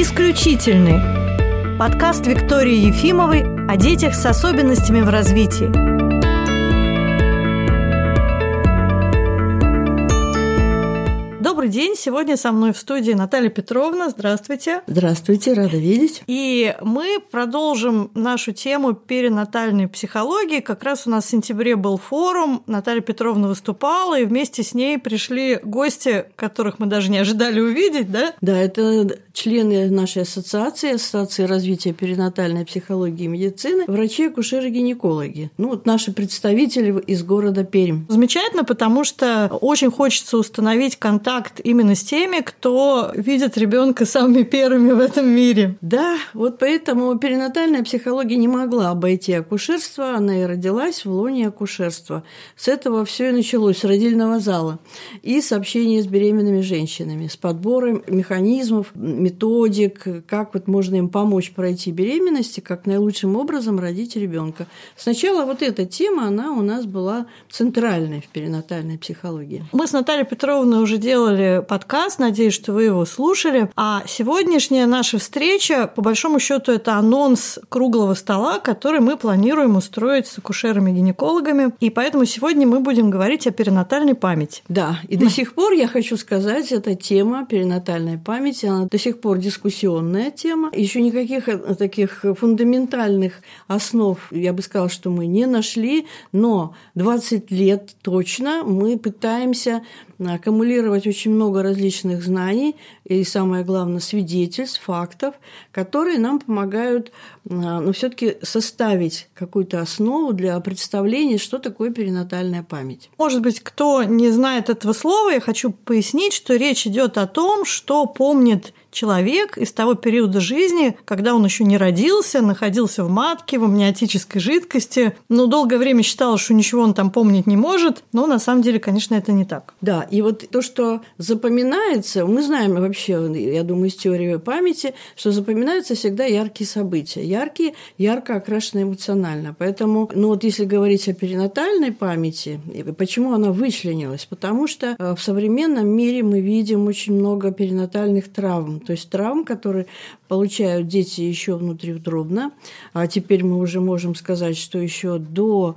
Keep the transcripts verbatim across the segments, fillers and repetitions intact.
«Исключительный» – подкаст Виктории Ефимовой о детях с особенностями в развитии. Добрый день! Сегодня со мной в студии Наталья Петровна. Здравствуйте. Здравствуйте, рада видеть. И мы продолжим нашу тему перинатальной психологии. Как раз у нас в сентябре был форум, Наталья Петровна выступала, и вместе с ней пришли гости, которых мы даже не ожидали увидеть, да? Да, это члены нашей ассоциации, Ассоциации развития перинатальной психологии и медицины, врачи-акушеры-гинекологи. Ну, вот наши представители из города Пермь. Замечательно, потому что очень хочется установить контакт именно с теми, кто видит ребенка самыми первыми в этом мире. Да, вот поэтому перинатальная психология не могла обойти акушерство, она и родилась в лоне акушерства. С этого все и началось, с родильного зала и с общения с беременными женщинами, с подбором механизмов, методик, как вот можно им помочь пройти беременность и как наилучшим образом родить ребенка. Сначала вот эта тема, она у нас была центральной в перинатальной психологии. Мы с Натальей Петровной уже делали подкаст, надеюсь, что вы его слушали. А сегодняшняя наша встреча, по большому счету, это анонс круглого стола, который мы планируем устроить с акушерами-гинекологами. И поэтому сегодня мы будем говорить о перинатальной памяти. Да, и до сих пор, я хочу сказать, эта тема перинатальной памяти, она до сих пор дискуссионная тема. Еще никаких таких фундаментальных основ, я бы сказала, что мы не нашли, но двадцать лет точно мы пытаемся аккумулировать очень много различных знаний и, самое главное, свидетельств, фактов, которые нам помогают, ну, все-таки составить какую-то основу для представления, что такое перинатальная память. Может быть, кто не знает этого слова, я хочу пояснить, что речь идет о том, что помнит человек из того периода жизни, когда он еще не родился, находился в матке, в амниотической жидкости. Но долгое время считалось, что ничего он там помнить не может, но на самом деле, конечно, это не так. Да, и вот то, что запоминается, мы знаем вообще, я думаю, из теории памяти, что запоминаются всегда яркие события. Яркие, ярко окрашены эмоционально. Поэтому, ну вот если говорить о перинатальной памяти, почему она вычленилась? Потому что в современном мире мы видим очень много перинатальных травм. То есть травм, которые получают дети еще внутриутробно, а теперь мы уже можем сказать, что еще до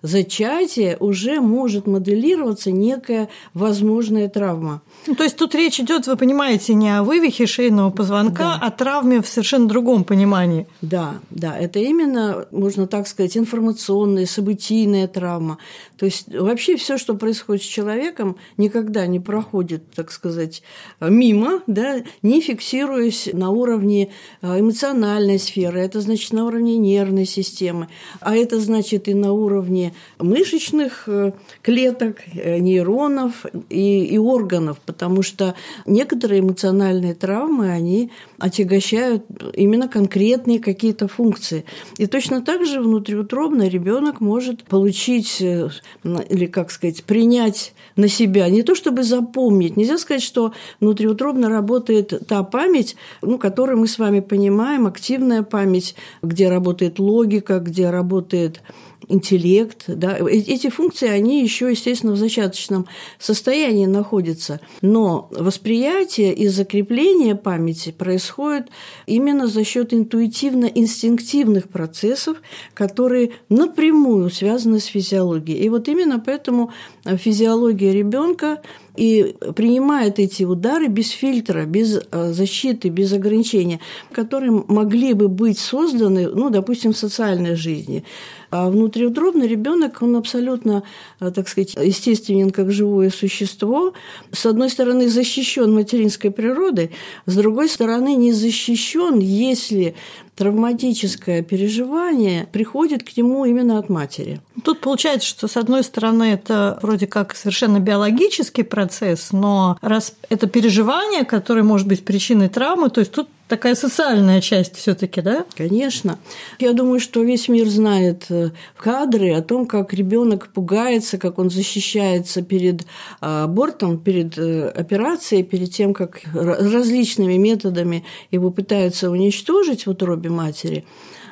зачатия уже может моделироваться некая возможная травма. Ну, то есть тут речь идет, вы понимаете, не о вывихе шейного позвонка, да, а о травме в совершенно другом понимании. Да, да, это именно, можно так сказать, информационная, событийная травма. То есть вообще все, что происходит с человеком, никогда не проходит, так сказать, мимо, да, не фиксируясь на уровне эмоциональной сферы, это значит на уровне нервной системы, а это значит и на уровне мышечных клеток, нейронов и, и органов, потому что некоторые эмоциональные травмы, они отягощают именно конкретные какие-то функции. И точно так же внутриутробно ребенок может получить или, как сказать, принять на себя, не то чтобы запомнить. Нельзя сказать, что внутриутробно работает та память, ну, которую мы с вами понимаем, активная память, где работает логика, где работает интеллект, да, эти функции, они еще, естественно, в зачаточном состоянии находятся, но восприятие и закрепление памяти происходит именно за счет интуитивно-инстинктивных процессов, которые напрямую связаны с физиологией. И вот именно поэтому физиология ребенка и принимает эти удары без фильтра, без защиты, без ограничения, которые могли бы быть созданы, ну, допустим, в социальной жизни. А внутриутробный ребенок, он абсолютно, так сказать, естественен как живое существо. С одной стороны, защищен материнской природой, с другой стороны, не защищен, если травматическое переживание приходит к нему именно от матери. Тут получается, что, с одной стороны, это вроде как совершенно биологический процесс, но раз это переживание, которое может быть причиной травмы, то есть тут такая социальная часть все-таки, да? Конечно. Я думаю, что весь мир знает кадры о том, как ребенок пугается, как он защищается перед абортом, перед операцией, перед тем, как различными методами его пытаются уничтожить в утробе матери.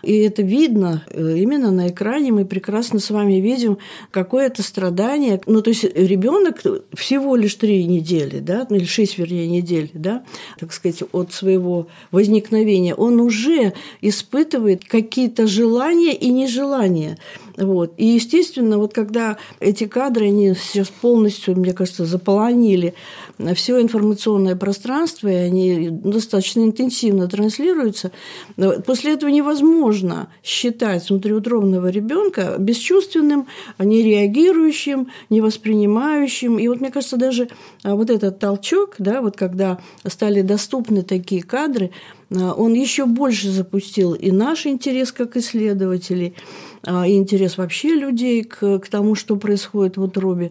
И это видно именно на экране. Мы прекрасно с вами видим какое-то страдание. Ну, то есть ребенок всего лишь три недели, да, или шесть, вернее, недель, да, так сказать, от своего возникновения, он уже испытывает какие-то желания и нежелания. Вот. И, естественно, вот когда эти кадры, они сейчас полностью, мне кажется, заполонили все информационное пространство, и они достаточно интенсивно транслируются, после этого невозможно считать внутриутробного ребенка бесчувственным, нереагирующим, невоспринимающим. И вот, мне кажется, даже вот этот толчок, да, вот когда стали доступны такие кадры, он еще больше запустил и наш интерес как исследователей, и интерес вообще людей к, к тому, что происходит в утробе.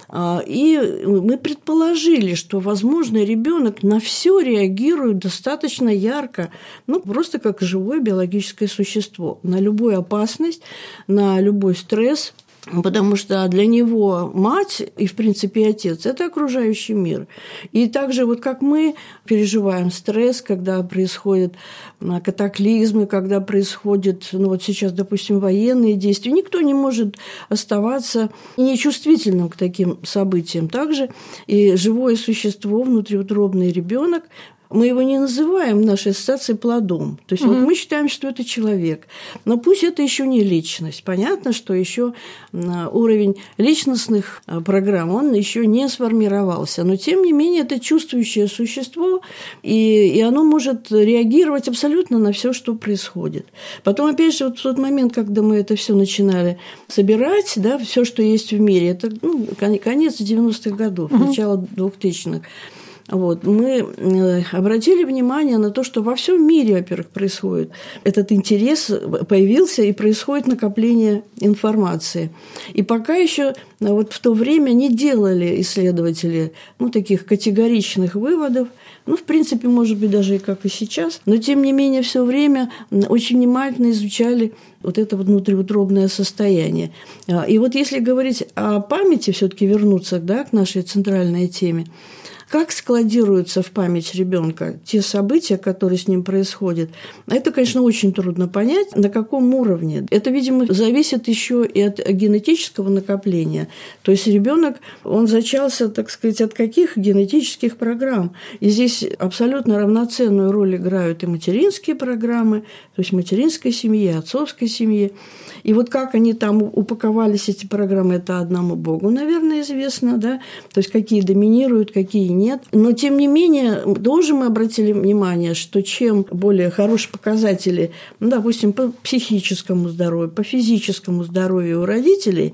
И мы предположили, что, возможно, ребенок на все реагирует достаточно ярко, ну, просто как живое биологическое существо, на любую опасность, на любой стресс. Потому что для него мать и, в принципе, отец – это окружающий мир. И также вот как мы переживаем стресс, когда происходят катаклизмы, когда происходят, ну вот сейчас, допустим, военные действия, никто не может оставаться нечувствительным к таким событиям. Также и живое существо, внутриутробный ребенок, мы его не называем в нашей ассоциации плодом. То есть mm-hmm. вот мы считаем, что это человек. Но пусть это еще не личность. Понятно, что еще уровень личностных программ, он еще не сформировался. Но, тем не менее, это чувствующее существо, и, и оно может реагировать абсолютно на все, что происходит. Потом, опять же, вот в тот момент, когда мы это все начинали собирать, да, все, что есть в мире, это ну, конец девяностых годов, mm-hmm. начало двухтысячных. Вот. Мы обратили внимание на то, что во всем мире, во-первых, происходит этот интерес, появился и происходит накопление информации. И пока еще вот в то время не делали исследователи ну, таких категоричных выводов, ну, в принципе, может быть, даже и как и сейчас, но, тем не менее, все время очень внимательно изучали вот это вот внутриутробное состояние. И вот если говорить о памяти, все-таки вернуться да, к нашей центральной теме, как складируются в память ребенка те события, которые с ним происходят, это, конечно, очень трудно понять, на каком уровне. Это, видимо, зависит еще и от генетического накопления. То есть ребенок, он зачался, так сказать, от каких генетических программ. И здесь абсолютно равноценную роль играют и материнские программы, то есть материнской семьи, отцовской семьи. И вот как они там упаковались, эти программы, это одному Богу, наверное, известно, да, то есть какие доминируют, какие нет. Но, тем не менее, тоже мы обратили внимание, что чем более хорошие показатели, ну, допустим, по психическому здоровью, по физическому здоровью у родителей,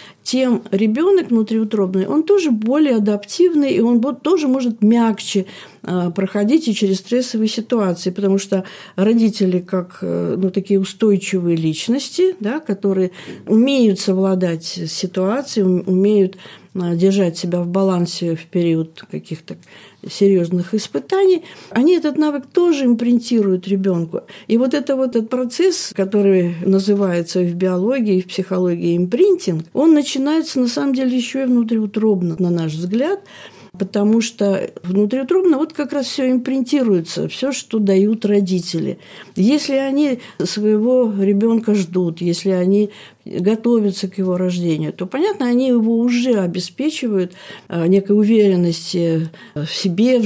тем ребенок внутриутробный, он тоже более адаптивный, и он тоже может мягче проходить и через стрессовые ситуации, потому что родители, как ну, такие устойчивые личности, да, которые умеют совладать с ситуацией, умеют держать себя в балансе в период каких-то серьезных испытаний, они этот навык тоже импринтируют ребенку. И вот это вот этот процесс, который называется в биологии, в психологии импринтинг, он начинается на самом деле еще и внутриутробно, на наш взгляд, потому что внутриутробно вот как раз все импринтируется, все, что дают родители. Если они своего ребенка ждут, если они готовятся к его рождению, то, понятно, они его уже обеспечивают некой уверенности в себе, в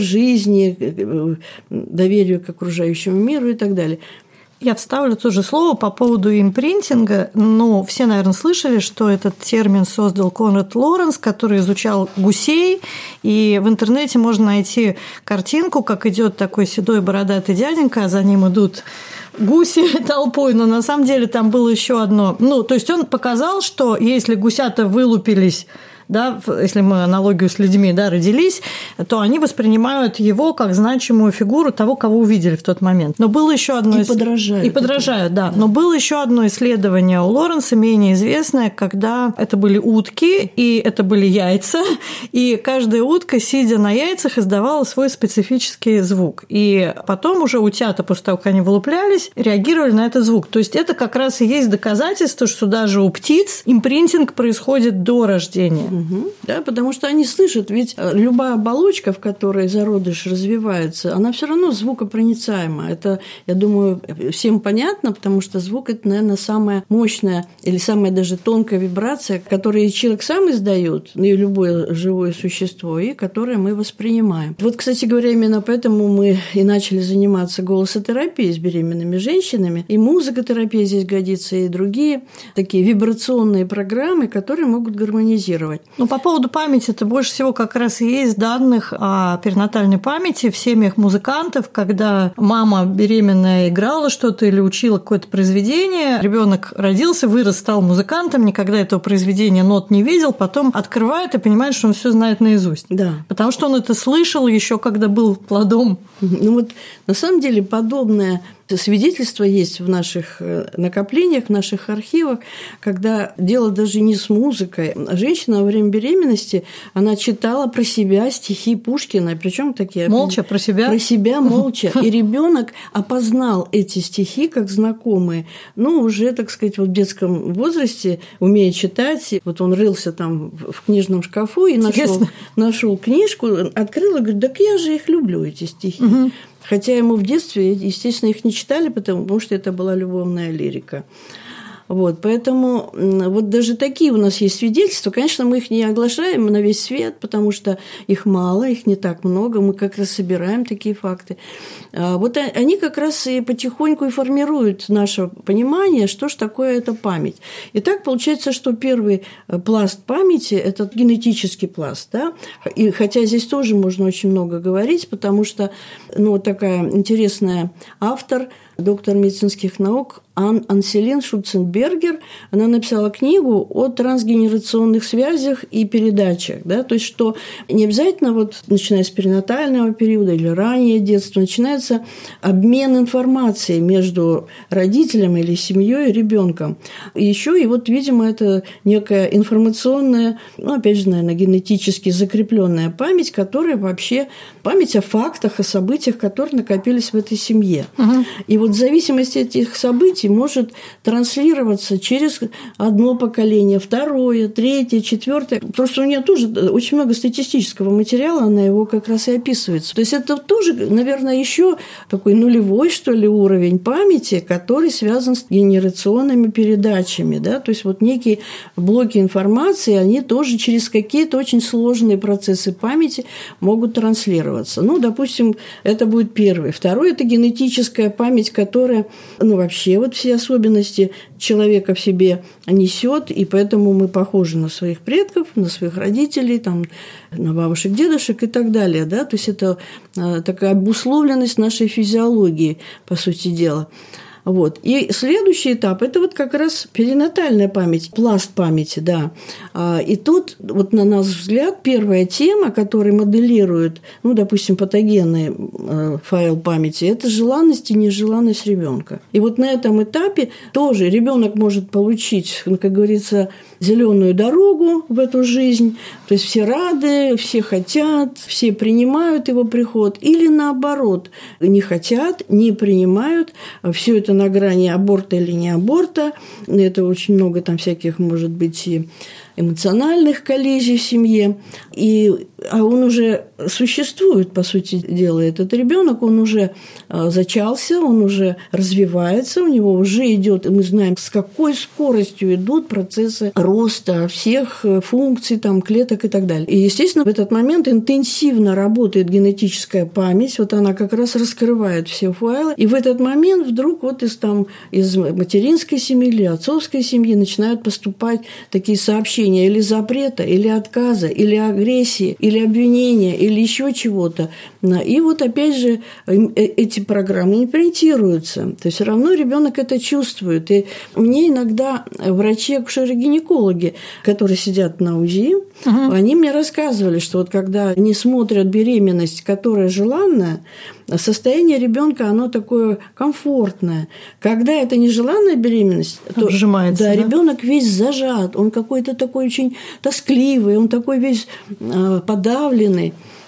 жизни, доверию к окружающему миру и так далее. Я вставлю тоже слово по поводу импринтинга. Ну, все, наверное, слышали, что этот термин создал Конрад Лоренс, который изучал гусей. И в интернете можно найти картинку, как идет такой седой бородатый дяденька, а за ним идут гуси толпой, но на самом деле там было еще одно. Ну, то есть он показал, что если гусята вылупились, да, если мы аналогию с людьми да, родились, то они воспринимают его как значимую фигуру того, кого увидели в тот момент. Но было еще одно и подражают. И подражают, да. Но было еще одно исследование у Лоренса, менее известное, когда это были утки, и это были яйца, и каждая утка, сидя на яйцах, издавала свой специфический звук. И потом уже утята, после того, как они вылуплялись, реагировали на этот звук. То есть это как раз и есть доказательство, что даже у птиц импринтинг происходит до рождения. Угу. Да, потому что они слышат, ведь любая оболочка, в которой зародыш развивается, она все равно звукопроницаема. Это, я думаю, всем понятно, потому что звук – это, наверное, самая мощная или самая даже тонкая вибрация, которую человек сам издает, ну и любое живое существо, и которое мы воспринимаем. Вот, кстати говоря, именно поэтому мы и начали заниматься голосотерапией с беременными женщинами, и музыкотерапия здесь годится, и другие такие вибрационные программы, которые могут гармонизировать. Ну, по поводу памяти, это больше всего как раз и есть данных о перинатальной памяти в семьях музыкантов, когда мама беременная играла что-то или учила какое-то произведение, ребенок родился, вырос, стал музыкантом, никогда этого произведения нот не видел, потом открывает и понимает, что он все знает наизусть. Да. Потому что он это слышал еще, когда был плодом. Ну вот на самом деле подобное свидетельство есть в наших накоплениях, в наших архивах, когда дело даже не с музыкой. Женщина во время беременности, она читала про себя стихи Пушкина, причем такие... Молча про себя? Про себя молча. И ребенок опознал эти стихи как знакомые. Ну, уже, так сказать, вот в детском возрасте, умея читать, вот он рылся там в книжном шкафу и нашел, нашел книжку, открыл и говорит, так я же их люблю, эти стихи. Угу. Хотя ему в детстве, естественно, их не читали, потому что это была любовная лирика. Вот, поэтому вот даже такие у нас есть свидетельства. Конечно, мы их не оглашаем на весь свет, потому что их мало, их не так много. Мы как раз собираем такие факты. Вот они как раз и потихоньку и формируют наше понимание, что же такое эта память. И так получается, что первый пласт памяти – это генетический пласт. Да? И хотя здесь тоже можно очень много говорить, потому что ну, вот такая интересная автор, доктор медицинских наук Ан Анселин Шутценбергер, она написала книгу о трансгенерационных связях и передачах. Да? То есть, что не обязательно, вот, начиная с перинатального периода или раннее детство, начинается обмен информацией между родителем или семьей и ребенком. И еще, и вот, видимо, это некая информационная, ну, опять же, наверное, генетически закрепленная память, которая вообще память о фактах, о событиях, которые накопились в этой семье. Угу. И вот в зависимости от этих событий может транслироваться через одно поколение, второе, третье, четвертое. Просто у нее тоже очень много статистического материала, она его как раз и описывается. То есть это тоже, наверное, еще такой нулевой, что ли, уровень памяти, который связан с генерационными передачами. Да? То есть вот некие блоки информации, они тоже через какие-то очень сложные процессы памяти могут транслироваться. Ну, допустим, это будет первый. Второй – это генетическая память, которая, ну, вообще вот все особенности человека в себе несет, и поэтому мы похожи на своих предков, на своих родителей, там, на бабушек, дедушек и так далее. Да? То есть это такая обусловленность нашей физиологии, по сути дела. Вот. И следующий этап – это вот как раз перинатальная память, пласт памяти, да. И тут, вот на наш взгляд, первая тема, которая моделирует, ну, допустим, патогенный файл памяти – это желанность и нежеланность ребенка. И вот на этом этапе тоже ребенок может получить, как говорится, зеленую дорогу в эту жизнь, то есть все рады, все хотят, все принимают его приход, или наоборот, не хотят, не принимают, все это на грани аборта или не аборта, это очень много там всяких, может быть, и эмоциональных коллизий в семье, и, а он уже существует, по сути дела, этот ребенок, он уже зачался, он уже развивается, у него уже идет, и мы знаем, с какой скоростью идут процессы роста всех функций, там, клеток и так далее. И, естественно, в этот момент интенсивно работает генетическая память, вот она как раз раскрывает все файлы, и в этот момент вдруг вот из, там, из материнской семьи или отцовской семьи начинают поступать такие сообщения или запрета, или отказа, или агрессии, или обвинения, или еще чего-то. И вот опять же эти программы имплементируются. То есть все равно ребенок это чувствует. И мне иногда врачи, акушеры-гинекологи, которые сидят на УЗИ, угу. они мне рассказывали, что вот когда они смотрят беременность, которая желанная, состояние ребенка оно такое комфортное. Когда это нежеланная беременность, то сжимается, да, да? ребенок весь зажат, он какой-то такой очень тоскливый, он такой весь подавленный.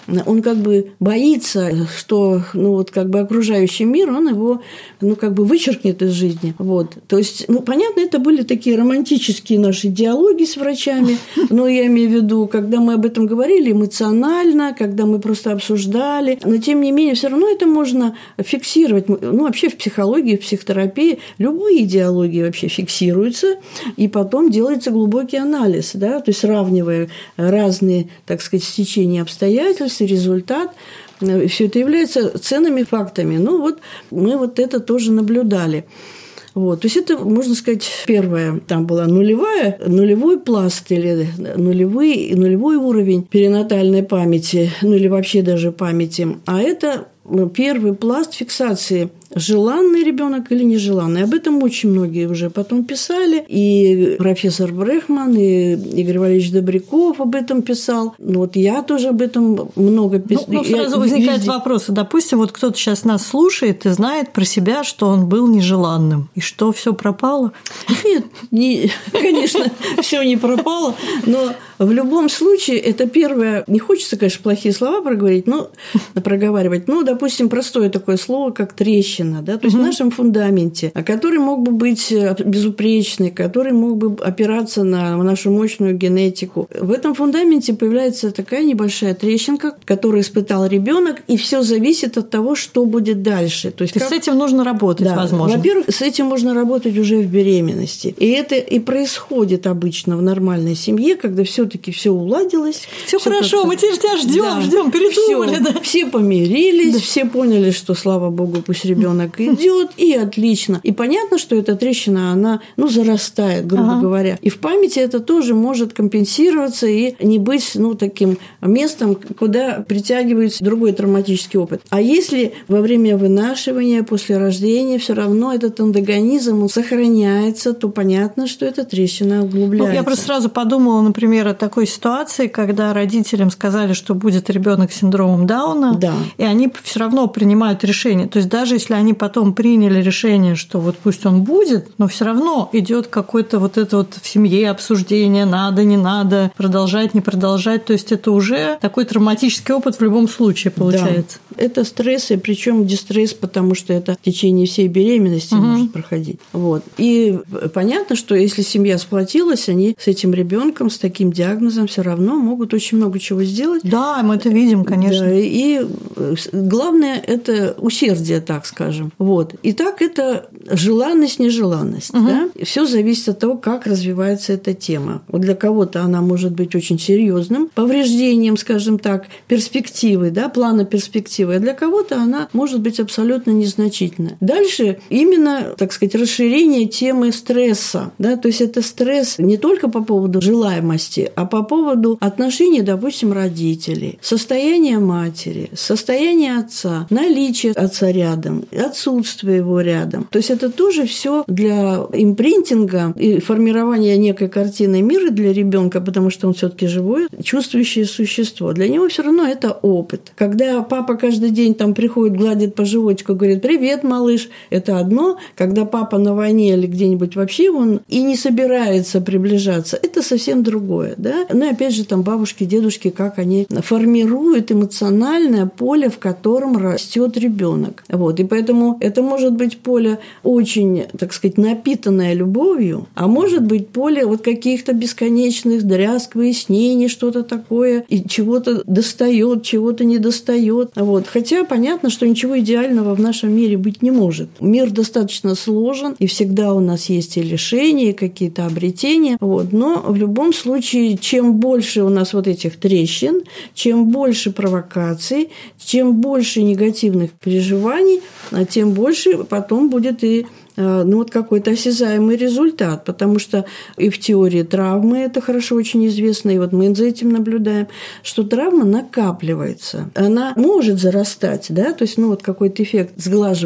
он как бы боится, что ну, вот, как бы окружающий мир, он его ну, как бы вычеркнет из жизни. Вот. То есть, ну, понятно, это были такие романтические наши диалоги с врачами, но я имею в виду, когда мы об этом говорили эмоционально, когда мы просто обсуждали, но тем не менее, все равно это можно фиксировать. Ну, вообще в психологии, в психотерапии любые идеологии вообще фиксируются, и потом делается глубокий анализ, да, то есть сравнивая разные, так сказать, стечения обстоятельств и результат, все это является ценными фактами. Ну, вот мы вот это тоже наблюдали. Вот. То есть это, можно сказать, первое, там была нулевая, нулевой пласт или нулевой, нулевой уровень перинатальной памяти, ну или вообще даже памяти. А это первый пласт фиксации, желанный ребенок или нежеланный. Об этом очень многие уже потом писали. И профессор Брехман, и Игорь Валерьевич Добряков об этом писал. Ну, вот я тоже об этом много писал. Ну, ну, сразу возникает везде... вопрос. Допустим, вот кто-то сейчас нас слушает и знает про себя, что он был нежеланным. И что, все пропало? Нет, не, конечно, все не пропало. Но в любом случае, это первое... Не хочется, конечно, плохие слова проговорить, но проговаривать. Ну, допустим, простое такое слово, как трещина. Да? То есть, угу. в нашем фундаменте, который мог бы быть безупречный, который мог бы опираться на нашу мощную генетику. В этом фундаменте появляется такая небольшая трещинка, которую испытал ребенок, и все зависит от того, что будет дальше. То есть, То как... с этим нужно работать, да. возможно. Во-первых, с этим можно работать уже в беременности. И это и происходит обычно в нормальной семье, когда все-таки все уладилось. Все хорошо, мы теперь тебя ждем, да. ждем, передумали. Да. Все помирились, да. все поняли, что, слава богу, пусть ребенок идет, и отлично. И понятно, что эта трещина, она, ну, зарастает, грубо ага. говоря. И в памяти это тоже может компенсироваться и не быть, ну, таким местом, куда притягивается другой травматический опыт. А если во время вынашивания, после рождения, все равно этот антагонизм он сохраняется, то понятно, что эта трещина углубляется. Ну, я просто сразу подумала, например, о такой ситуации, когда родителям сказали, что будет ребенок с синдромом Дауна, да. и они все равно принимают решение. То есть даже если они потом приняли решение, что вот пусть он будет, но все равно идет какое-то вот это вот в семье обсуждение, надо, не надо, продолжать, не продолжать. То есть это уже такой травматический опыт в любом случае получается. Да. Это стресс, и причем дистресс, потому что это в течение всей беременности угу. может проходить. Вот. И понятно, что если семья сплотилась, они с этим ребенком, с таким диагнозом все равно могут очень много чего сделать. Да, мы это видим, конечно. Да, и главное – это усердие, так скажем. Вот. Итак, это желанность, нежеланность. Угу. Да? Все зависит от того, как развивается эта тема. Вот для кого-то она может быть очень серьезным повреждением, скажем так, перспективы, да, плана перспективы, а для кого-то она может быть абсолютно незначительна. Дальше именно, так сказать, расширение темы стресса. Да? То есть это стресс не только по поводу желаемости, а по поводу отношений, допустим, родителей, состояния матери, состояния отца, наличия отца рядом, отсутствие его рядом. То есть это тоже все для импринтинга и формирования некой картины мира для ребенка, потому что он все-таки живое, чувствующее существо. Для него все равно это опыт. Когда папа каждый день там приходит, гладит по животику, говорит: «Привет, малыш», это одно. Когда папа на войне или где-нибудь вообще он и не собирается приближаться, это совсем другое. Да? Ну и опять же там бабушки, дедушки, как они формируют эмоциональное поле, в котором растет ребенок. Вот. И поэтому это может быть поле очень, так сказать, напитанное любовью, а может быть поле вот каких-то бесконечных дрязг, выяснений, что-то такое, и чего-то достает, чего-то не достает. Вот. Хотя понятно, что ничего идеального в нашем мире быть не может. Мир достаточно сложен, и всегда у нас есть и лишения, и какие-то обретения. Вот. Но в любом случае, чем больше у нас вот этих трещин, чем больше провокаций, чем больше негативных переживаний, тем больше потом будет и ну, вот какой-то осязаемый результат, потому что и в теории травмы это хорошо очень известно, и вот мы за этим наблюдаем, что травма накапливается. Она может зарастать, да, то есть, ну, вот какой-то эффект сглаживания,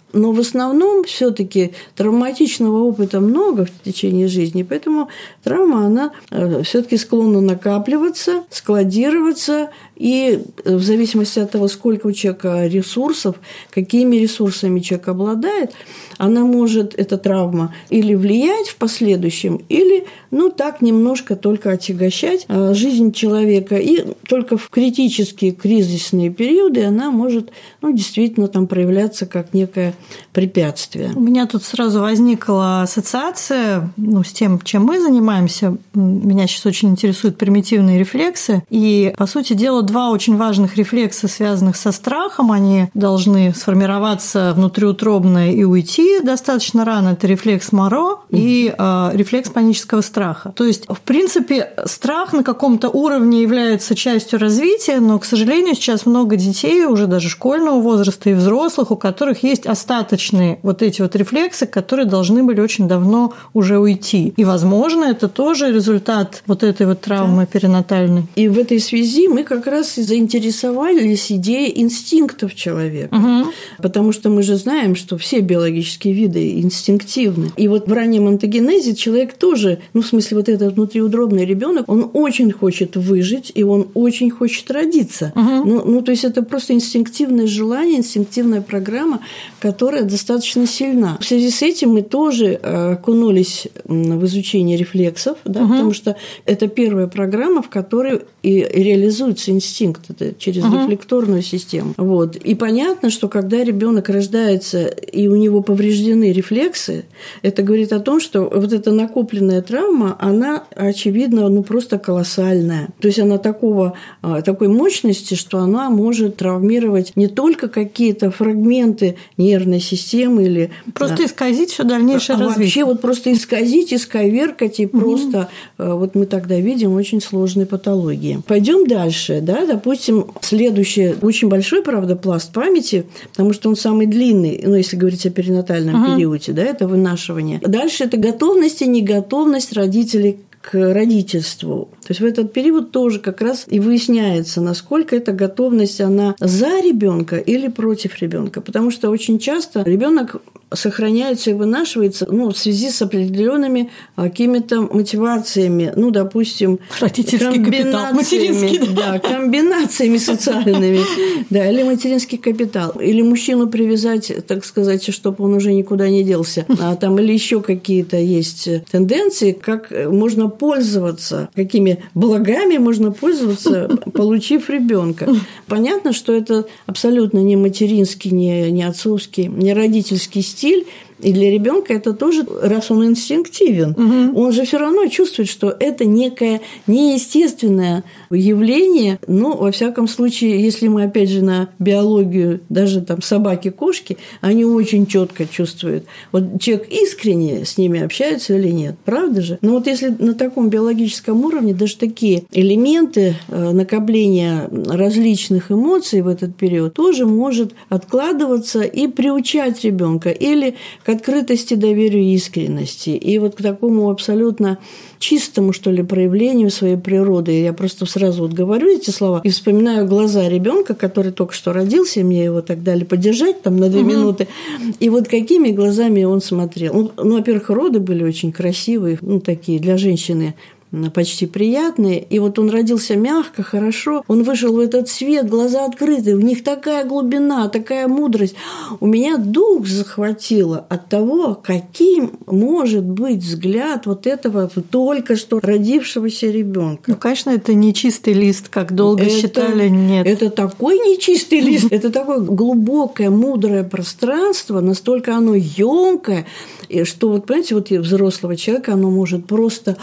Но в основном все-таки травматичного опыта много в течение жизни, поэтому травма, она все-таки склонна накапливаться, складироваться, и в зависимости от того, сколько у человека ресурсов, какими ресурсами человек обладает, она может, эта травма, или влиять в последующем, или, ну, так немножко только отягощать жизнь человека. И только в критические кризисные периоды она может, ну, действительно там проявляться как некое препятствие. У меня тут сразу возникла ассоциация, ну, с тем, чем мы занимаемся. Меня сейчас очень интересуют примитивные рефлексы. И, по сути дела, два очень важных рефлекса, связанных со страхом. Они должны сформироваться внутриутробно и уйти достаточно рано. Это рефлекс Моро и э, рефлекс панического страха. То есть, в принципе, страх на каком-то уровне является частью развития, но, к сожалению, сейчас много детей, уже даже школьного возраста и взрослых, у которых есть остаточные вот эти вот рефлексы, которые должны были очень давно уже уйти. И, возможно, это тоже результат вот этой вот травмы, да, перинатальной. И в этой связи мы как раз и заинтересовались идеей инстинктов человека. Угу. Потому что мы же знаем, что все биологические виды инстинктивны. И вот в раннем онтогенезе человек тоже, ну, в смысле, вот этот внутриутробный ребенок, он очень хочет выжить, и он очень хочет родиться. Угу. Ну, ну, то есть это просто инстинктивное желание, инстинктивная программа, которая достаточно сильна. В связи с этим мы тоже окунулись в изучение рефлексов, да, угу. потому что это первая программа, в которой и реализуется инстинкт, это через угу. рефлекторную систему. Вот. И понятно, что когда ребенок рождается и у него повреждены рефлексы, это говорит о том, что вот эта накопленная травма, она, очевидно, ну, просто колоссальная. То есть она такого, такой мощности, что она может травмировать не только какие-то фрагменты нервной системы или... Просто исказить все дальнейшее а развитие. Вообще вот просто исказить, исковеркать, и угу. просто вот мы тогда видим очень сложные патологии. Пойдем дальше. Да? Допустим, следующий, очень большой, правда, пласт памяти, потому что он самый длинный, ну, если говорить о перинатальном угу. периоде, да, это вынашивание. Дальше это готовность и неготовность родителей к родительству. То есть в этот период тоже как раз и выясняется, насколько эта готовность, она за ребенка или против ребенка, потому что очень часто ребенок сохраняется и вынашивается, ну, в связи с определенными какими-то мотивациями, ну, допустим, родительский капитал, материнский, да, комбинациями социальными, да, или материнский капитал, или мужчину привязать, так сказать, чтобы он уже никуда не делся, а там или еще какие-то есть тенденции, как можно пользоваться, какими благами можно пользоваться, получив ребенка. Понятно, что это абсолютно не материнский, не, не отцовский, не родительский стиль. И для ребенка это тоже, раз он инстинктивен, угу. он же все равно чувствует, что это некое неестественное явление. Но, во всяком случае, если мы, опять же, на биологию, даже там собаки, кошки, они очень четко чувствуют. Вот человек искренне с ними общается или нет, правда же? Но вот если на таком биологическом уровне даже такие элементы накопления различных эмоций в этот период тоже может откладываться и приучать ребенка или к открытости, доверию и искренности. И вот к такому абсолютно чистому, что ли, проявлению своей природы. Я просто сразу вот говорю эти слова и вспоминаю глаза ребенка, который только что родился, и мне его так дали подержать там на две угу. минуты. И вот какими глазами он смотрел. Ну, ну, во-первых, роды были очень красивые, ну, такие для женщины почти приятные. И вот он родился мягко, хорошо. Он вышел в этот свет, глаза открыты. В них такая глубина, такая мудрость. У меня дух захватило от того, каким может быть взгляд вот этого только что родившегося ребенка. Ну, конечно, это не чистый лист, как долго это, считали. Нет. Это такой нечистый лист. Это такое глубокое, мудрое пространство, настолько оно ёмкое, что, вот, понимаете, вот взрослого человека оно может просто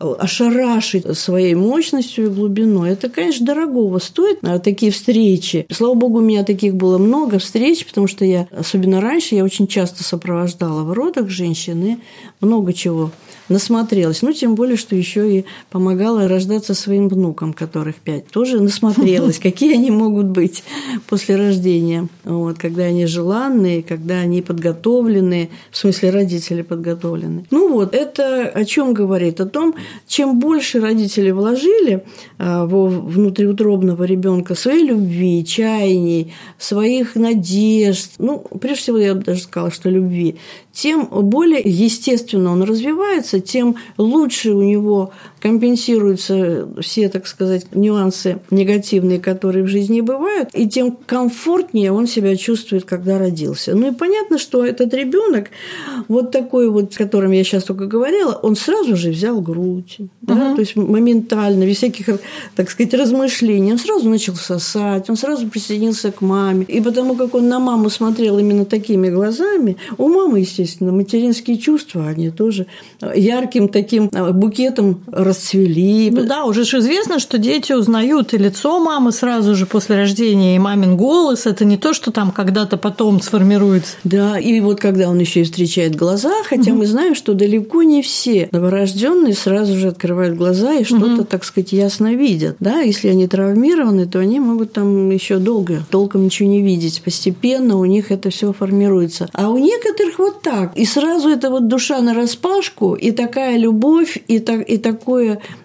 ошарашить своей мощностью и глубиной. Это, конечно, дорогого стоит, такие встречи. Слава богу, у меня таких было много встреч, потому что я, особенно раньше, я очень часто сопровождала в родах женщин и много чего насмотрелась. Ну, тем более, что еще и помогала рождаться своим внукам, которых пять. Тоже насмотрелась, какие они могут быть после рождения. Вот, когда они желанные, когда они подготовлены, в смысле родители подготовлены. Ну вот, это о чем говорит? О том, чем больше родители вложили во внутриутробного ребенка своей любви, чаяний, своих надежд, ну, прежде всего, я бы даже сказала, что любви, тем более естественно он развивается, тем лучше у него компенсируются все, так сказать, нюансы негативные, которые в жизни бывают, и тем комфортнее он себя чувствует, когда родился. Ну и понятно, что этот ребенок, вот такой вот, о котором я сейчас только говорила, он сразу же взял грудь, да? Uh-huh. То есть моментально, без всяких, так сказать, размышлений, он сразу начал сосать, он сразу присоединился к маме. И потому как он на маму смотрел именно такими глазами, у мамы, естественно, материнские чувства, они тоже ярким таким букетом расцвели. Ну да, уже же известно, что дети узнают и лицо мамы сразу же после рождения, и мамин голос. Это не то, что там когда-то потом сформируется. Да, и вот когда он еще и встречает глаза, хотя угу. мы знаем, что далеко не все новорожденные сразу же открывают глаза и что-то, угу. так сказать, ясно видят. Да, если они травмированы, то они могут там еще долго толком ничего не видеть. Постепенно у них это все формируется. А у некоторых вот так. И сразу это вот душа нараспашку, и такая любовь, и, так, и такое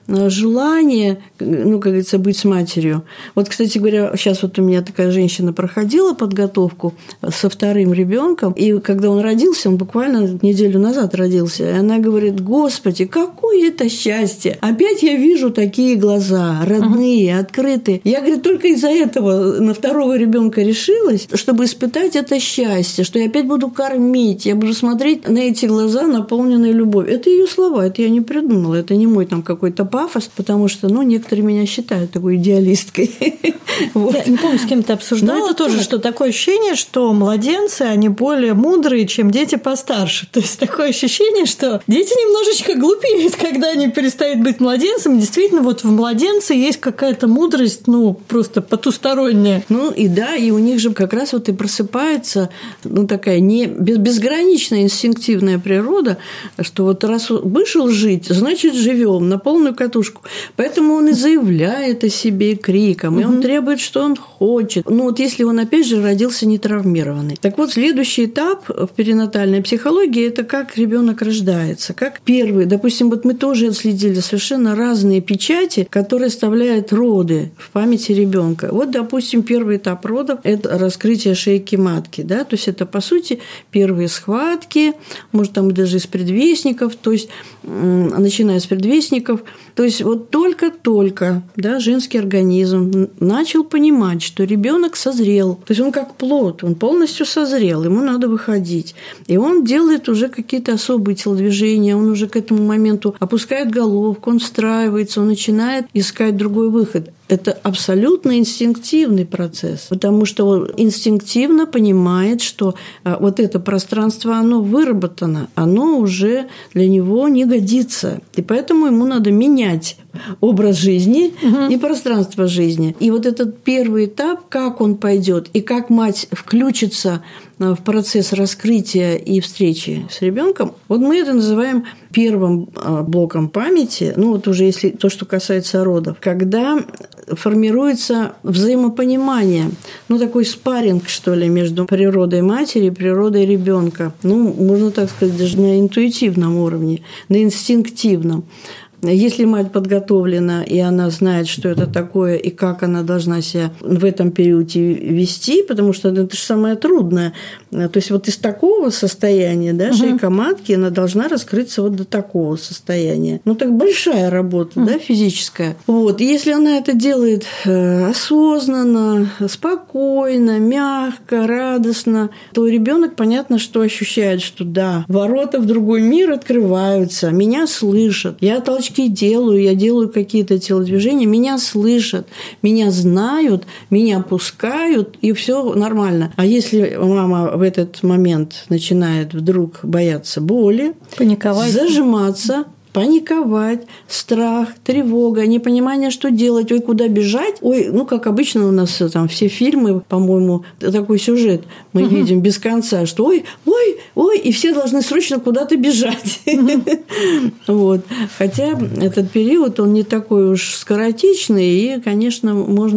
желание, ну, как говорится, быть с матерью. Вот, кстати говоря, сейчас вот у меня такая женщина проходила подготовку со вторым ребенком, и когда он родился, он буквально неделю назад родился, и она говорит: «Господи, какое это счастье! Опять я вижу такие глаза, родные, uh-huh. открытые». Я, говорит, только из-за этого на второго ребенка решилась, чтобы испытать это счастье, что я опять буду кормить, я буду смотреть на эти глаза, наполненные любовью. Это ее слова, это я не придумала, это не мой там какой-то пафос, потому что, ну, некоторые меня считают такой идеалисткой. Вот. Я не помню, с кем ты обсуждала. Но это тоже, так. Что такое ощущение, что младенцы, они более мудрые, чем дети постарше. То есть такое ощущение, что дети немножечко глупеют, когда они перестают быть младенцем. Действительно, вот в младенце есть какая-то мудрость, ну, просто потусторонняя. Ну, и да, и у них же как раз вот и просыпается, ну, такая не безграничная инстинктивная природа, что вот раз вышел жить, значит, живем на полную катушку. Поэтому он и заявляет о себе криком, и он требует, что он хочет. Ну, вот если он, опять же, родился нетравмированный. Так вот, следующий этап в перинатальной психологии – это как ребенок рождается. Как первый, допустим, вот мы тоже отследили совершенно разные печати, которые оставляют роды в памяти ребенка. Вот, допустим, первый этап родов – это раскрытие шейки матки. Да? То есть это, по сути, первые схватки, может, там даже из предвестников, то есть начиная с предвестников. То есть вот только-только, да, женский организм начал понимать, что ребенок созрел. То есть он как плод, он полностью созрел, ему надо выходить. И он делает уже какие-то особые телодвижения, он уже к этому моменту опускает головку, он встраивается, он начинает искать другой выход. Это абсолютно инстинктивный процесс, потому что он инстинктивно понимает, что вот это пространство, оно выработано, оно уже для него не годится. И поэтому ему надо менять образ жизни угу. и пространство жизни. И вот этот первый этап, как он пойдет и как мать включится в процесс раскрытия и встречи с ребенком, вот мы это называем первым блоком памяти, ну вот уже если то, что касается родов, когда формируется взаимопонимание, ну такой спарринг, что ли, между природой матери и природой ребенка. Ну, можно так сказать, даже на интуитивном уровне, на инстинктивном. Если мать подготовлена, и она знает, что это такое, и как она должна себя в этом периоде вести, потому что это же самое трудное. То есть вот из такого состояния, да, угу. шейка матки, она должна раскрыться вот до такого состояния. Ну, так большая работа, угу. да, физическая. Вот. И если она это делает осознанно, спокойно, мягко, радостно, то ребенок, понятно, что ощущает, что да, ворота в другой мир открываются, меня слышат, я толчки делаю, я делаю какие-то телодвижения, меня слышат, меня знают, меня пускают, и все нормально. А если мама в этот момент начинает вдруг бояться боли, паниковать, зажиматься, паниковать, страх, тревога, непонимание, что делать, ой, куда бежать. Ой, ну, как обычно у нас там все фильмы, по-моему, такой сюжет мы uh-huh. видим без конца, что ой, ой, ой, и все должны срочно куда-то бежать. Uh-huh. Вот. Хотя этот период, он не такой уж скоротечный, и, конечно, можно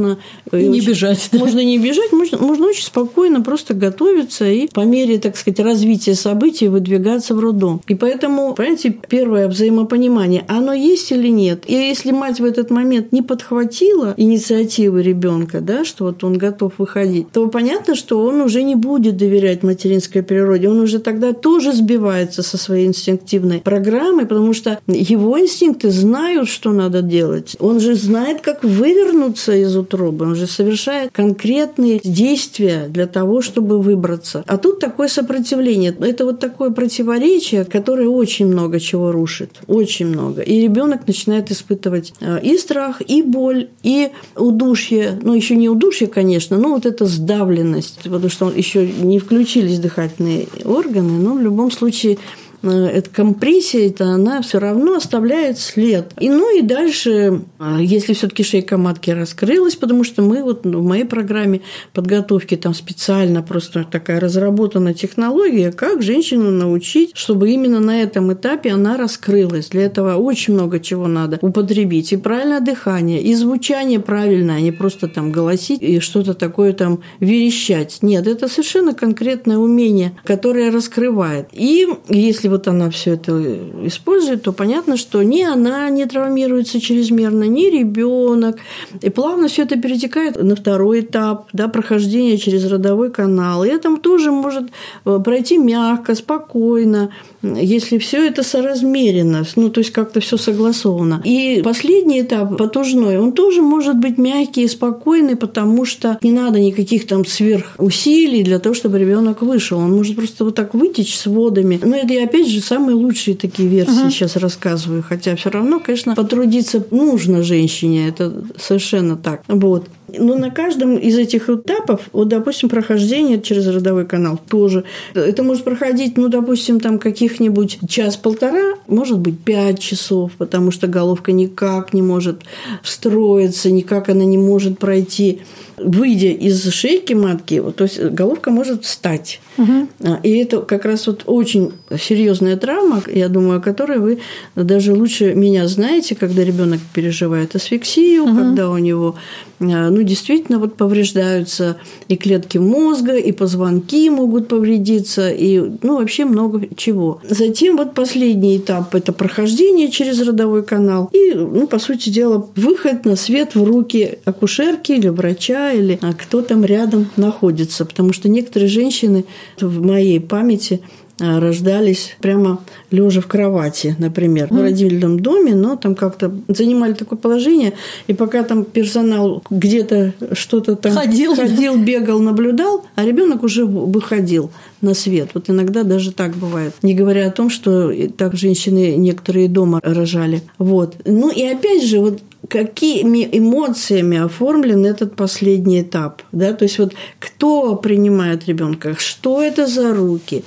И не бежать. Да? Можно не бежать, можно, можно очень спокойно просто готовиться и по мере, так сказать, развития событий выдвигаться в роддом. И поэтому, понимаете, первое взаимопонимание, оно есть или нет. И если мать в этот момент не подхватила инициативы ребенка, да, что вот он готов выходить, то понятно, что он уже не будет доверять материнской природе. Он уже тогда тоже сбивается со своей инстинктивной программы, потому что его инстинкты знают, что надо делать. Он же знает, как вывернуться из утробы. Он же совершает конкретные действия для того, чтобы выбраться. А тут такое сопротивление. Это вот такое противоречие, которое очень много чего рушит. Очень много. И ребенок начинает испытывать и страх, и боль, и удушье. Ну, еще не удушье, конечно, но вот эта сдавленность, потому что еще не включились дыхательные органы, но в любом случае эта компрессия, это она все равно оставляет след. И ну и дальше, если все-таки шейка матки раскрылась, потому что мы вот в моей программе подготовки там специально просто такая разработана технология, как женщину научить, чтобы именно на этом этапе она раскрылась. Для этого очень много чего надо употребить. И правильное дыхание, и звучание правильное, а не просто там голосить и что-то такое там верещать. Нет, это совершенно конкретное умение, которое раскрывает. И если вот она все это использует, то понятно, что ни она не травмируется чрезмерно, ни ребенок. И плавно все это перетекает на второй этап, да, прохождения через родовой канал. И это тоже может пройти мягко, спокойно, если все это соразмерено, ну, то есть как-то все согласовано. И последний этап, потужной, он тоже может быть мягкий и спокойный, потому что не надо никаких там сверхусилий для того, чтобы ребенок вышел. Он может просто вот так вытечь с водами. Но это я опять же самые лучшие такие версии uh-huh. сейчас рассказываю, хотя все равно, конечно, потрудиться нужно женщине, это совершенно так. Вот. Но на каждом из этих этапов, вот, допустим, прохождение через родовой канал тоже, это может проходить, ну, допустим, там каких-нибудь час-полтора, может быть, пять часов, потому что головка никак не может встроиться, никак она не может пройти. Выйдя из шейки матки, то есть головка может встать. Угу. И это как раз вот очень серьезная травма, я думаю, о которой вы даже лучше меня знаете, когда ребенок переживает асфиксию, угу. когда у него ну, действительно вот повреждаются и клетки мозга, и позвонки могут повредиться, и ну, вообще много чего. Затем вот последний этап – это прохождение через родовой канал и, ну, по сути дела, выход на свет в руки акушерки или врача, или кто там рядом находится. Потому что некоторые женщины в моей памяти рождались прямо лежа в кровати, например, в родильном доме, но там как-то занимали такое положение, и пока там персонал где-то что-то там ходил, ходил бегал, наблюдал, а ребенок уже выходил на свет. Вот иногда даже так бывает. Не говоря о том, что так женщины некоторые дома рожали. Вот. Ну и опять же, вот какими эмоциями оформлен этот последний этап, да, то есть вот кто принимает ребенка, что это за руки,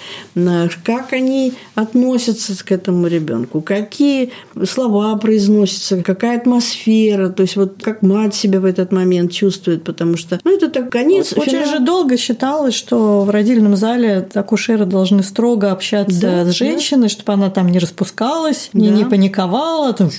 как они относятся к этому ребенку, какие слова произносятся, какая атмосфера, то есть вот как мать себя в этот момент чувствует, потому что, ну, это так конец. Очень финал... же долго считалось, что в родильном зале акушеры должны строго общаться да, с женщиной, да. чтобы она там не распускалась, да. не, не паниковала, там...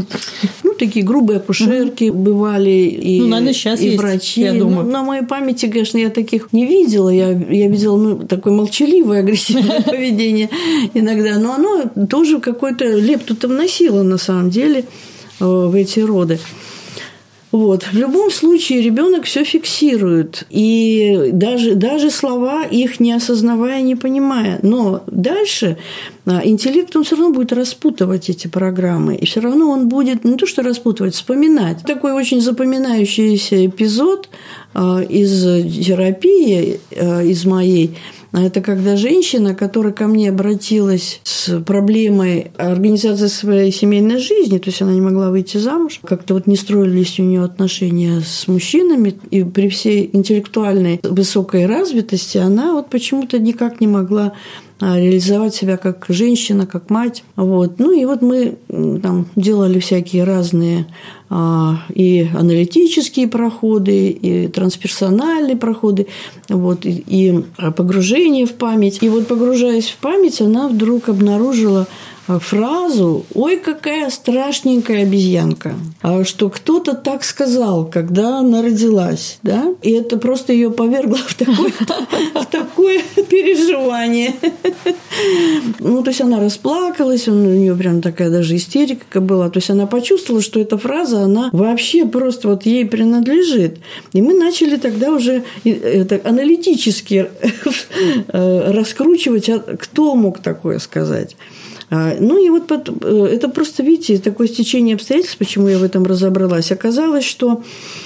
ну, такие грубые акушерки угу. бывали, и, ну, наверное, сейчас и есть, врачи. Я думаю. Ну, на моей памяти, конечно, я таких не видела. Я, я видела ну, такое молчаливое, агрессивное поведение иногда. Но оно тоже какую-то лепту-то вносило, на самом деле, в эти роды. Вот. В любом случае ребенок все фиксирует, и даже, даже слова их не осознавая, не понимая. Но дальше интеллект, он все равно будет распутывать эти программы, и все равно он будет не то что распутывать, вспоминать. Такой очень запоминающийся эпизод из терапии, из моей, это когда женщина, которая ко мне обратилась с проблемой организации своей семейной жизни, то есть она не могла выйти замуж, как-то вот не строились у нее отношения с мужчинами, и при всей интеллектуальной высокой развитости она вот почему-то никак не могла реализовать себя как женщина, как мать. Вот. Ну и вот мы там делали всякие разные а, и аналитические проходы, и трансперсональные проходы, вот, и, и погружение в память. И вот погружаясь в память, она вдруг обнаружила фразу «Ой, какая страшненькая обезьянка», что кто-то так сказал, когда она родилась, да, и это просто ее повергло в такое, в такое переживание. Ну, то есть она расплакалась, у нее прям такая даже истерика была, то есть она почувствовала, что эта фраза, она вообще просто вот ей принадлежит. И мы начали тогда уже это, аналитически раскручивать, кто мог такое сказать. Ну и вот это просто, видите, такое стечение обстоятельств, почему я в этом разобралась. Оказалось, что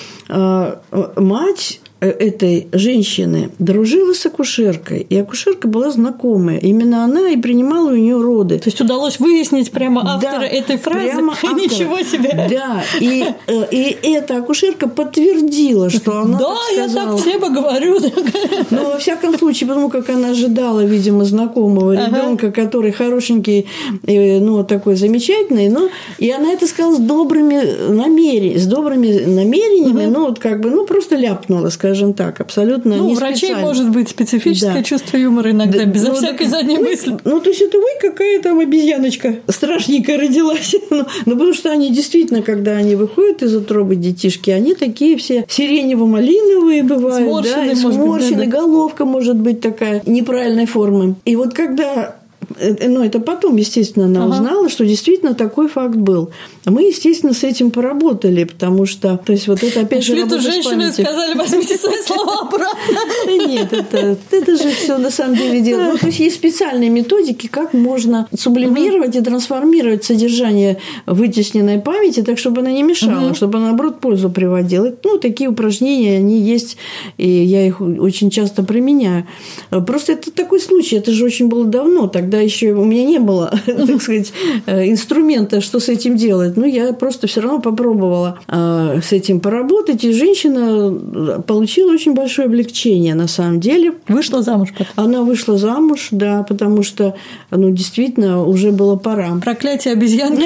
мать этой женщины дружила с акушеркой, и акушерка была знакомая. Именно она и принимала у нее роды. То есть удалось выяснить прямо автора да, этой фразы? Прямо автора. Ничего себе! Да, и, и эта акушерка подтвердила, что она да, так сказала. Я так всем и говорю. Ну, во всяком случае, потому как она ожидала, видимо, знакомого ага. ребенка, который хорошенький, ну, такой замечательный, ну, и она это сказала с добрыми намерениями, с добрыми намерениями, угу. ну, вот как бы, ну, просто ляпнула, скажем. Скажем так, абсолютно ну, не у врачей специально. может быть специфическое да. чувство юмора иногда, да, безо ну, всякой да, задней ой, мысли. Ну, то есть, это ой, какая там обезьяночка страшненькая родилась. ну, ну, потому что они действительно, когда они выходят из утробы детишки, они такие все сиренево-малиновые бывают. Сморщенные, да, может сморщенные, быть, да, головка может быть такая неправильной формы. И вот когда... Ну, это потом, естественно, она ага. узнала, что действительно такой факт был. Мы, естественно, с этим поработали, потому что, то есть, вот это опять же работа с памятью. Женщины и сказали, возьмите свои слова обратно. Нет, это, это же все на самом деле дело. Ну, то есть, есть специальные методики, как можно сублимировать и трансформировать содержание вытесненной памяти, так, чтобы она не мешала, чтобы она, наоборот, пользу приводила. Ну, такие упражнения, они есть, и я их очень часто применяю. Просто это такой случай, это же очень было давно, тогда еще у меня не было, так сказать, инструмента, что с этим делать. Ну, я просто все равно попробовала с этим поработать, и женщина получила очень большое облегчение, на самом деле. Вышла замуж потом? Она вышла замуж, да, потому что, ну, действительно, уже было пора. Проклятие обезьянки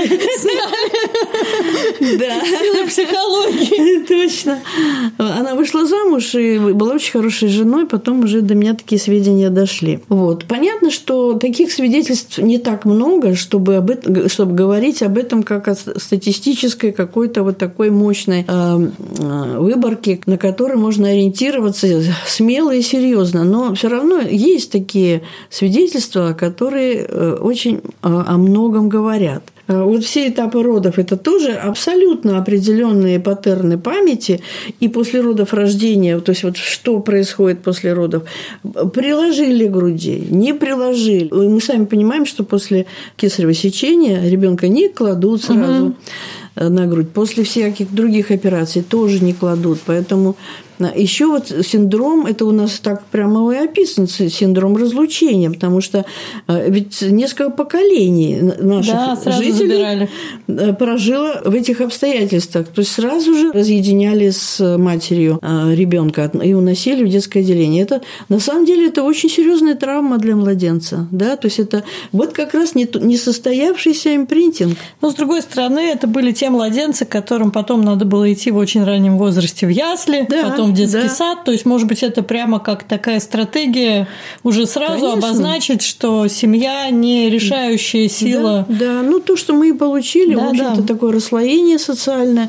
сняли. Да. Сила психологии. Точно. Она вышла замуж и была очень хорошей женой, потом уже до меня такие сведения дошли. Вот. Понятно, что таких свидетельств не так много, чтобы, об этом, чтобы говорить об этом как о статистической какой-то вот такой мощной э, выборке, на которой можно ориентироваться смело и серьезно. Но все равно есть такие свидетельства, которые очень о многом говорят. Вот все этапы родов – это тоже абсолютно определенные паттерны памяти, и после родов рождения, то есть вот что происходит после родов, приложили грудей, не приложили. Мы сами понимаем, что после кесарево сечения ребенка не кладут сразу угу. на грудь, после всяких других операций тоже не кладут, поэтому еще вот синдром, это у нас так прямо и описан, синдром разлучения, потому что ведь несколько поколений наших да, жителей забирали. Прожило в этих обстоятельствах. То есть сразу же разъединяли с матерью ребенка и уносили в детское отделение. Это на самом деле это очень серьезная травма для младенца. Да? То есть это вот как раз несостоявшийся импринтинг. Но с другой стороны, это были те младенцы, которым потом надо было идти в очень раннем возрасте в ясли, да. потом в детский да. сад, то есть, может быть, это прямо как такая стратегия уже сразу Конечно. обозначить, что семья не решающая сила. Да, да. Ну то, что мы и получили, да, в общем-то, да. такое расслоение социальное,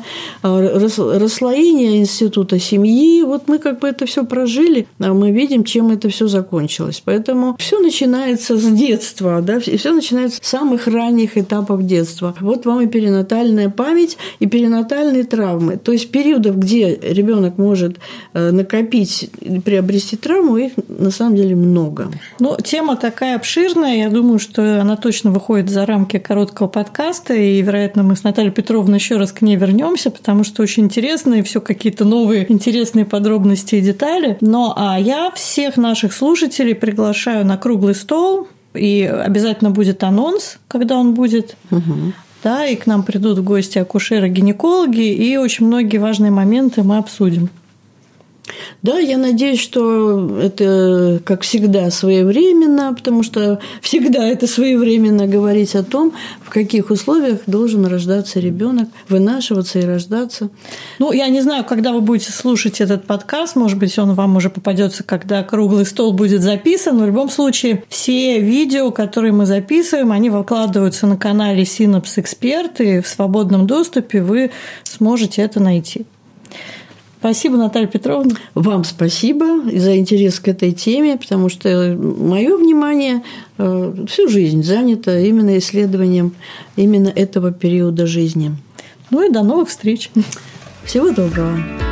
расслоение института семьи, вот мы как бы это все прожили, а мы видим, чем это все закончилось. Поэтому все начинается с детства, да, все начинается с самых ранних этапов детства. Вот вам и перинатальная память, и перинатальные травмы. То есть периодов, где ребенок может накопить, приобрести травму, их на самом деле много. Ну, тема такая обширная, я думаю, что она точно выходит за рамки короткого подкаста, и, вероятно, мы с Натальей Петровной еще раз к ней вернемся, потому что очень интересно, и все какие-то новые интересные подробности и детали. Но а я всех наших слушателей приглашаю на круглый стол, и обязательно будет анонс, когда он будет. Угу. Да, и к нам придут в гости акушеры-гинекологи, и очень многие важные моменты мы обсудим. Да, я надеюсь, что это, как всегда, своевременно, потому что всегда это своевременно говорить о том, в каких условиях должен рождаться ребенок, вынашиваться и рождаться. Ну, я не знаю, когда вы будете слушать этот подкаст, может быть, он вам уже попадется, когда круглый стол будет записан, но в любом случае все видео, которые мы записываем, они выкладываются на канале Synapse Expert, и в свободном доступе вы сможете это найти. Спасибо, Наталья Петровна. Вам спасибо за интерес к этой теме, потому что мое внимание всю жизнь занято именно исследованием именно этого периода жизни. Ну и до новых встреч. Всего доброго.